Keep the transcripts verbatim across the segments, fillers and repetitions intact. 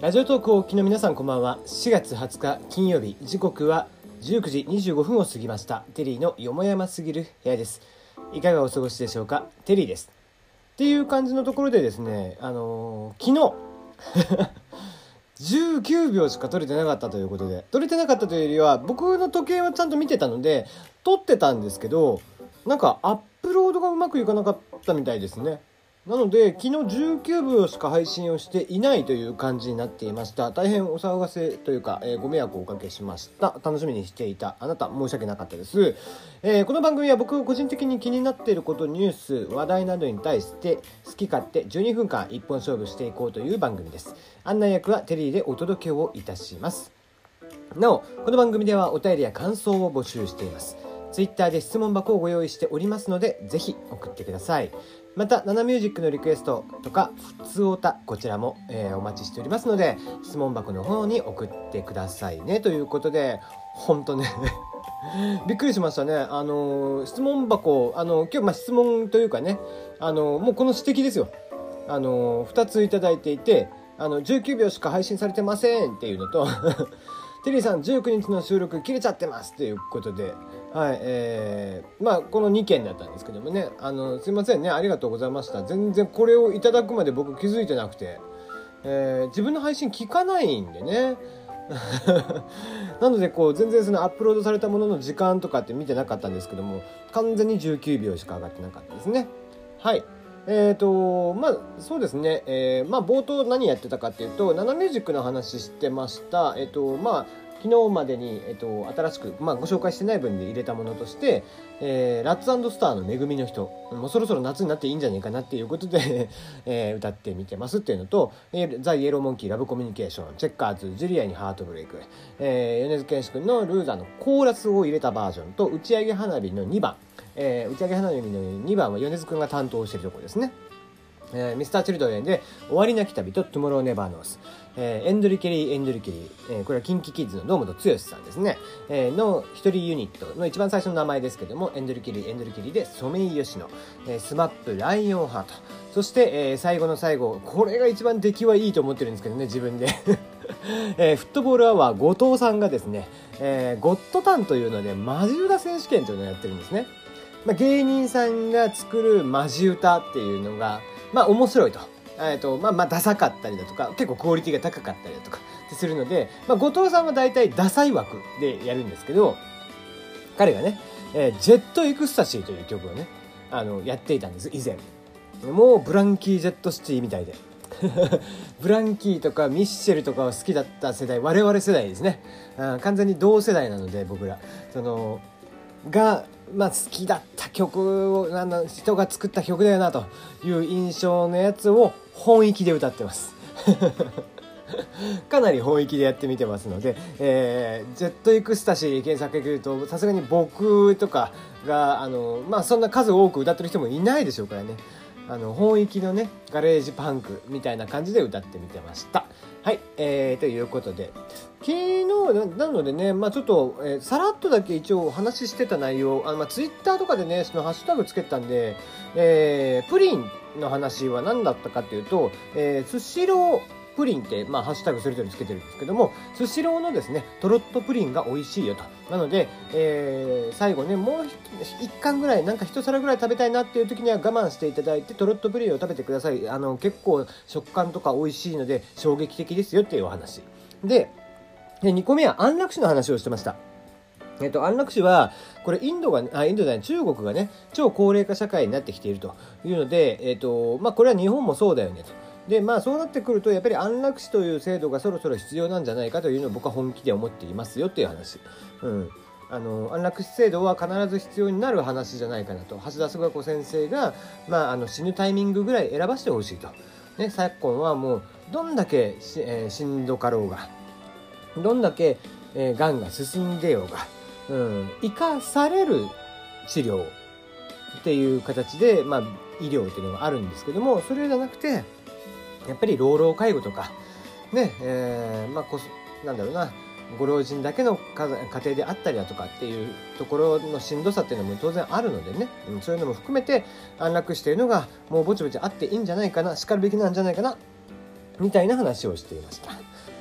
ラジオトークをお聞きの皆さん、こんばんは。しがつはつか金曜日、時刻はじゅうくじにじゅうごふんを過ぎました。テリーのよもやますぎる部屋です。いかがお過ごしでしょうか。テリーですっていう感じのところでですね、あのー、昨日じゅうきゅうびょうしか撮れてなかったということで、撮れてなかったというよりは僕の時計はちゃんと見てたので撮ってたんですけど、なんかアップロードがうまくいかなかったみたいですね。なので昨日じゅうきゅうびょうしか配信をしていないという感じになっていました。大変お騒がせというか、えー、ご迷惑をおかけしました。楽しみにしていたあなた、申し訳なかったです。えー、この番組は僕個人的に気になっていること、ニュース、話題などに対して好き勝手じゅうにふんかん一本勝負していこうという番組です。案内役はテリーでお届けをいたします。なお、この番組ではお便りや感想を募集しています。ツイッターで質問箱をご用意しておりますので、ぜひ送ってください。また、ナナミュージックのリクエストとかふつおた、こちらも、えー、お待ちしておりますので、質問箱の方に送ってくださいね。ということで、ほんとねびっくりしましたね。あのー、質問箱、あのー、今日、まあ、質問というかね、あのー、もうこの指摘ですよ。あのー、ふたついただいていて、あのじゅうきゅうびょうしか配信されてませんっていうのとテリーさんじゅうくにちの収録切れちゃってますということで、はい、えー、まあこのにけんだったんですけどもね、あのすいませんね、ありがとうございました。全然これをいただくまで僕気づいてなくて、えー、自分の配信聞かないんでねなのでこう全然そのアップロードされたものの時間とかって見てなかったんですけども、完全にじゅうきゅうびょうしか上がってなかったですね。はい。えーとまあそうですね、えー、まあ冒頭何やってたかっていうと、ナナミュージックの話してました。えっ、ー、とまあ昨日までに、えっ、ー、と新しく、まあ、ご紹介してない分で入れたものとして、えー、ラッツ&スターのめぐみの人、もうそろそろ夏になっていいんじゃないかなっていうことで、えー、歌ってみてますっていうのと、えー、ザ・イエローモンキーラブコミュニケーション、チェッカーズジュリアにハートブレイク、えー、米津玄師君のルーザーのコーラスを入れたバージョンと、打ち上げ花火のにばん、えー、打ち上げ花火のにばんは米津君が担当しているところですね。えー、ミスターチルドレンで終わりなき旅とトゥモローネバーノース、えー、エンドリケリーエンドリケリー、えー、これはキンキキッズの堂本剛さんですね、えー、の一人ユニットの一番最初の名前ですけども、エンドリケリーエンドリケリーでソメイヨシノ、えー、スマップライオンハート、そして、えー、最後の最後、これが一番出来はいいと思ってるんですけどね、自分で、えー、フットボールアワー後藤さんがですね、えー、ゴッドタンというのでマジ歌選手権というのをやってるんですね。まあ、芸人さんが作るマジ歌っていうのがまあ面白いと、えっとまあまあダサかったりだとか、結構クオリティが高かったりだとかってするので、まあ後藤さんは大体ダサい枠でやるんですけど、彼がね、えー、ジェットエクスタシーという曲をね、あのやっていたんです以前。もうブランキー・ジェット・シティみたいでブランキーとかミッシェルとかを好きだった世代、我々世代ですね。あ、完全に同世代なので、僕らそのが、まあ、好きだった曲を、あの人が作った曲だよなという印象のやつを本域で歌ってますかなり本域でやってみてますので、えー、ジェットエクスタシー検索できると、さすがに僕とかがあの、まあ、そんな数多く歌ってる人もいないでしょうからね、あの本域のねガレージパンクみたいな感じで歌ってみてました。はい、えー、ということで昨日 な, なのでね、まあ、ちょっと、えー、さらっとだけ一応お話ししてた内容、あの、まあ、ツイッターとかでねそのハッシュタグつけたんで、えー、プリンの話は何だったかっていうと、えー、スシロープリンって、まあ、ハッシュタグそれぞれつけてるんですけども、スシローのですねトロットプリンが美味しいよと。なので、えー、最後ねもういっかんぐらい、なんか一皿ぐらい食べたいなっていう時には我慢していただいてトロットプリンを食べてください。あの結構食感とか美味しいので衝撃的ですよっていうお話で、でにこめは安楽死の話をしてました。えっと、安楽死はこれインドがあインドじゃない中国がね超高齢化社会になってきているというので、えっとまあ、これは日本もそうだよねと。でまあそうなってくるとやっぱり安楽死という制度がそろそろ必要なんじゃないかというのを僕は本気で思っていますよっていう話、うん、あの安楽死制度は必ず必要になる話じゃないかなと。橋田壽賀子先生が、まあ、あの死ぬタイミングぐらい選ばせてほしいと、ね、昨今はもうどんだけし、えー、しんどかろうがどんだけ、えー、がんが進んでようが、うん、生かされる治療っていう形で、まあ、医療っていうのがあるんですけども、それじゃなくてやっぱり老老介護とかね、えー、まあこそなんだろうなご老人だけの家庭であったりだとかっていうところのしんどさっていうのも当然あるのでね、うん、そういうのも含めて安楽死というのがもうぼちぼちあっていいんじゃないかな、しかるべきなんじゃないかなみたいな話をしていました。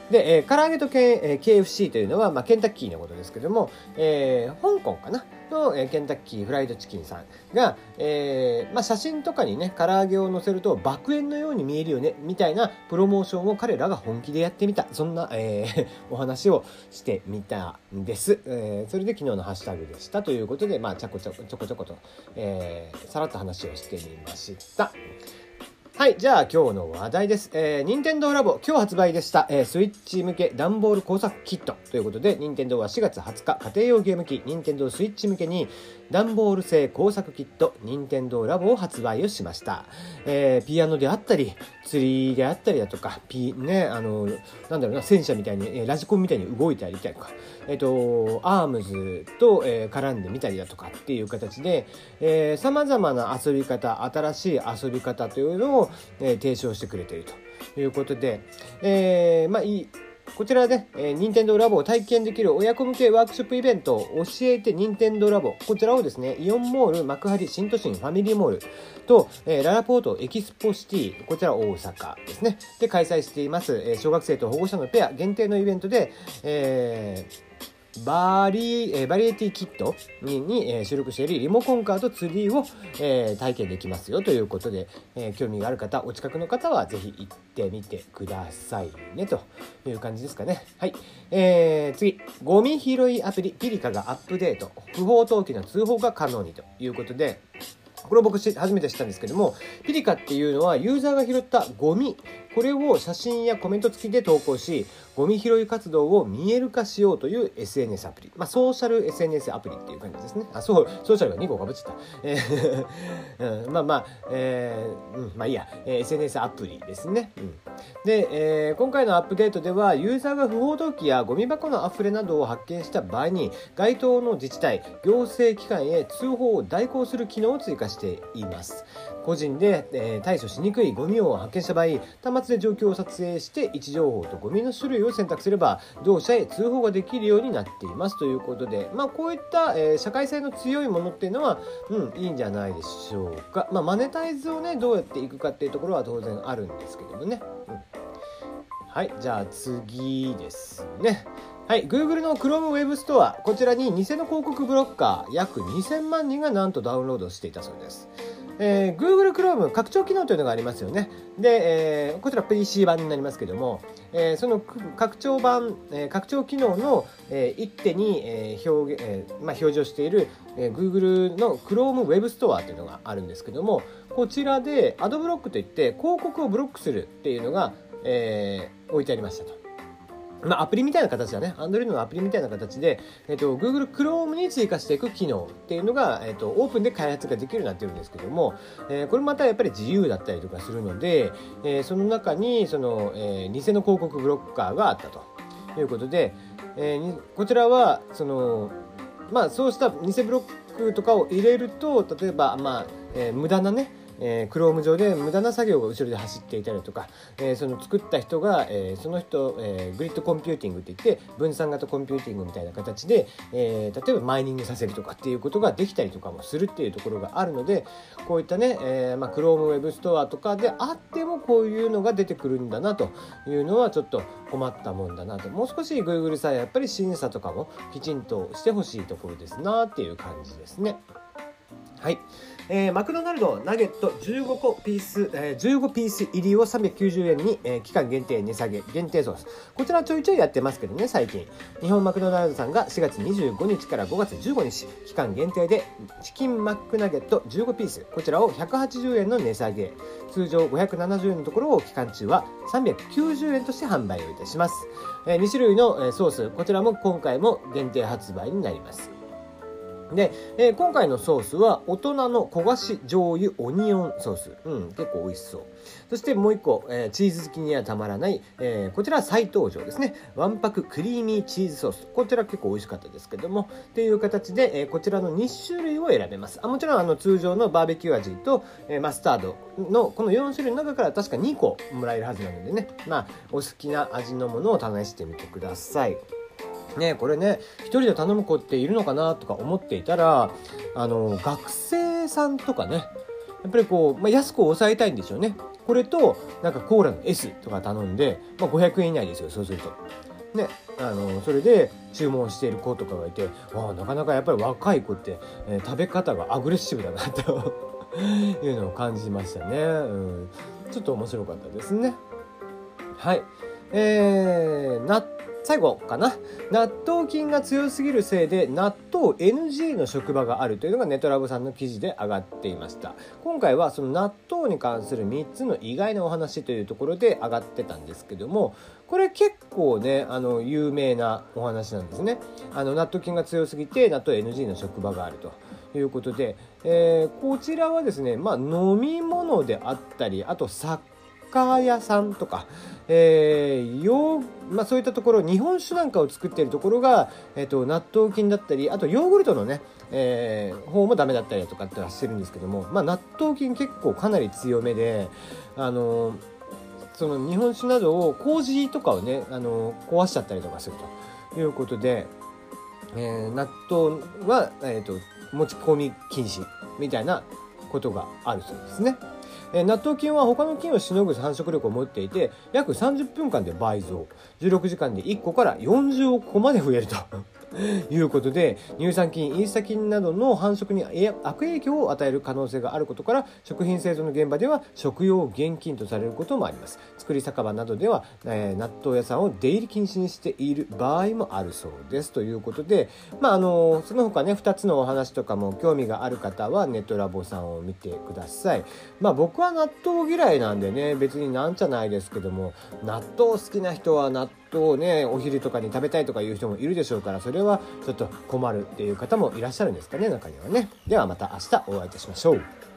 で、えー、唐揚げと、K えー、ケーエフシー というのは、まあ、ケンタッキーのことですけども、えー、香港かなの、えー、ケンタッキーフライドチキンさんが、えーまあ、写真とかにね唐揚げを載せると爆炎のように見えるよねみたいなプロモーションを彼らが本気でやってみた、そんな、えー、お話をしてみたんです、えー、それで昨日のハッシュタグでしたということで、まあ、ちょこちょこちょこちょこと、えー、さらっと話をしてみました。はい、じゃあ今日の話題です。えー、任天堂ラボ、今日発売でした、えー、スイッチ向け段ボール工作キットということで、任天堂はしがつはつか、家庭用ゲーム機、任天堂スイッチ向けに段ボール製工作キット、任天堂ラボを発売をしました。えー、ピアノであったり、釣りであったりだとか、ピね、あの、なんだろうな、戦車みたいに、えー、ラジコンみたいに動いたりとか、えっ、ー、と、アームズと、えー、絡んでみたりだとかっていう形で、えー、様々な遊び方、新しい遊び方というのをえー、提唱してくれているということで、えー、まあいいこちらで、ね、えー、任天堂ラボを体験できる親子向けワークショップイベントを教えて任天堂ラボ、こちらをですね、イオンモール幕張新都心ファミリーモールと、えー、ララポートエキスポシティ、こちら大阪ですね、で開催しています、えー、小学生と保護者のペア限定のイベントで、えーバリ、えー、バリエティキットに、に、えー、収録しているリモコンカーとツリーを、えー、体験できますよということで、えー、興味がある方、お近くの方はぜひ行ってみてくださいねという感じですかね。はい、えー、次、ゴミ拾いアプリピリカがアップデート、不法投棄の通報が可能にということで、これを僕初めて知ったんですけども、ピリカっていうのはユーザーが拾ったゴミ、これを写真やコメント付きで投稿し、ゴミ拾い活動を見える化しようという エスエヌエス アプリ、まあ、ソーシャル エスエヌエス アプリっていう感じですね。あ、そう、ソーシャルがにこかぶっちゃった。えーうん、まあまあ、えー、うん、まあいいや、えー、エスエヌエス アプリですね。うん、で、えー、今回のアップデートでは、ユーザーが不法投棄やゴミ箱のあふれなどを発見した場合に、該当の自治体、行政機関へ通報を代行する機能を追加しています。個人で、えー、対処しにくいゴミを発見した場合、端末で状況を撮影して位置情報とゴミの種類を選択すれば同社へ通報ができるようになっていますということで、まあ、こういった、えー、社会性の強いものっていうのは、うん、いいんじゃないでしょうか。まあ、マネタイズをねどうやっていくかっていうところは当然あるんですけどもね、うん、はい、じゃあ次ですね。はい、Google の Chrome Web Store、こちらに偽の広告ブロッカー約にせんまんにんがなんとダウンロードしていたそうです。えー、Google Chrome 拡張機能というのがありますよね。で、えー、こちら ピーシー 版になりますけども、えー、その拡張版、えー、拡張機能の、えー、一手に、えー表現えーまあ、表示をしている、えー、Google の Chrome Web Store というのがあるんですけども、こちらでアドブロックといって広告をブロックするっていうのが、えー、置いてありましたと。まあ、アプリみたいな形だね。Android のアプリみたいな形で、えっと、Google Chrome に追加していく機能っていうのが、えっと、オープンで開発ができるようになってるんですけども、えー、これまたやっぱり自由だったりとかするので、えー、その中に、その、えー、偽の広告ブロッカーがあったということで、えー、こちらは、その、まあ、そうした偽ブロックとかを入れると、例えば、まあ、えー、無駄なね、えー、Chrome 上で無駄な作業が後ろで走っていたりとか、えー、その作った人が、えー、その人、えー、グリッドコンピューティングって言って分散型コンピューティングみたいな形で、えー、例えばマイニングさせるとかっていうことができたりとかもするっていうところがあるので、こういったね、えーまあ、Chrome Web Store とかであってもこういうのが出てくるんだなというのはちょっと困ったもんだなと。もう少し Google さんやっぱり審査とかもきちんとしてほしいところですなっていう感じですね。はい、えー、マクドナルドナゲットじゅうごこピース、えー、じゅうごピース入りをさんびゃくきゅうじゅうえんに、えー、期間限定値下げ限定ソース、こちらちょいちょいやってますけどね。最近日本マクドナルドさんがしがつにじゅうごにちからごがつじゅうごにち期間限定でチキンマックナゲットじゅうごピース、こちらをひゃくはちじゅうえんの値下げ、通常ごひゃくななじゅうえんのところを期間中はさんびゃくきゅうじゅうえんとして販売をいたします。えー、にしゅるいのソース、こちらも今回も限定発売になります。で、えー、今回のソースは大人の焦がし醤油オニオンソース、うん、結構美味しそう。そしてもう一個、えー、チーズ好きにはたまらない、えー、こちら再登場ですね。わんぱくクリーミーチーズソース、こちら結構美味しかったですけどもっていう形で、えー、こちらのにしゅるいを選べます。あもちろんあの通常のバーベキュー味と、えー、マスタードのこのよんしゅるいの中から確かにこもらえるはずなのでね、まあお好きな味のものを試してみてください。ね、これね一人で頼む子っているのかなとか思っていたら、あの学生さんとかねやっぱりこう、まあ、安く抑えたいんでしょうね。 これとなんかコーラの S とか頼んで、まあ、ごひゃくえん以内ですよ。そうするとね、あのそれで注文している子とかがいて、わあなかなかやっぱり若い子って、えー、食べ方がアグレッシブだなというのを感じましたね、うん、ちょっと面白かったですね。はい、えー、な最後かな。納豆菌が強すぎるせいで納豆 エヌジー の職場があるというのがネトラボさんの記事で上がっていました。今回はその納豆に関するみっつの意外なお話というところで上がってたんですけども、これ結構ねあの有名なお話なんですね。あの納豆菌が強すぎて納豆 エヌジー の職場があるということで、えー、こちらはですね、まあ、飲み物であったり、あとサッカー屋さんとか、えーよまあ、そういったところ、日本酒なんかを作っているところが、えー、と納豆菌だったり、あとヨーグルトのね、えー、方もダメだったりとかってはしてるんですけども、まあ、納豆菌結構かなり強めで、あのー、その日本酒などを麹とかをね、あのー、壊しちゃったりとかするということで、えー、納豆は、えー、と持ち込み禁止みたいなことがあるそうですね。納豆菌は他の菌をしのぐ繁殖力を持っていて、約さんじゅっぷんかんで倍増、じゅうろくじかんでいっこからよんじゅうおくこまで増えるということで、乳酸菌、イースタ菌などの繁殖に悪影響を与える可能性があることから、食品製造の現場では食用厳禁とされることもあります。作り酒場などでは、えー、納豆屋さんを出入り禁止にしている場合もあるそうですということで、まああのその他ねふたつのお話とかも興味がある方はネトラボさんを見てください。まあ僕は納豆嫌いなんでね、別になんじゃないですけども、納豆好きな人は納豆をねお昼とかに食べたいとかいう人もいるでしょうから、それはちょっと困るっていう方もいらっしゃるんですかね、中にはね。ではまた明日お会いいたしましょう。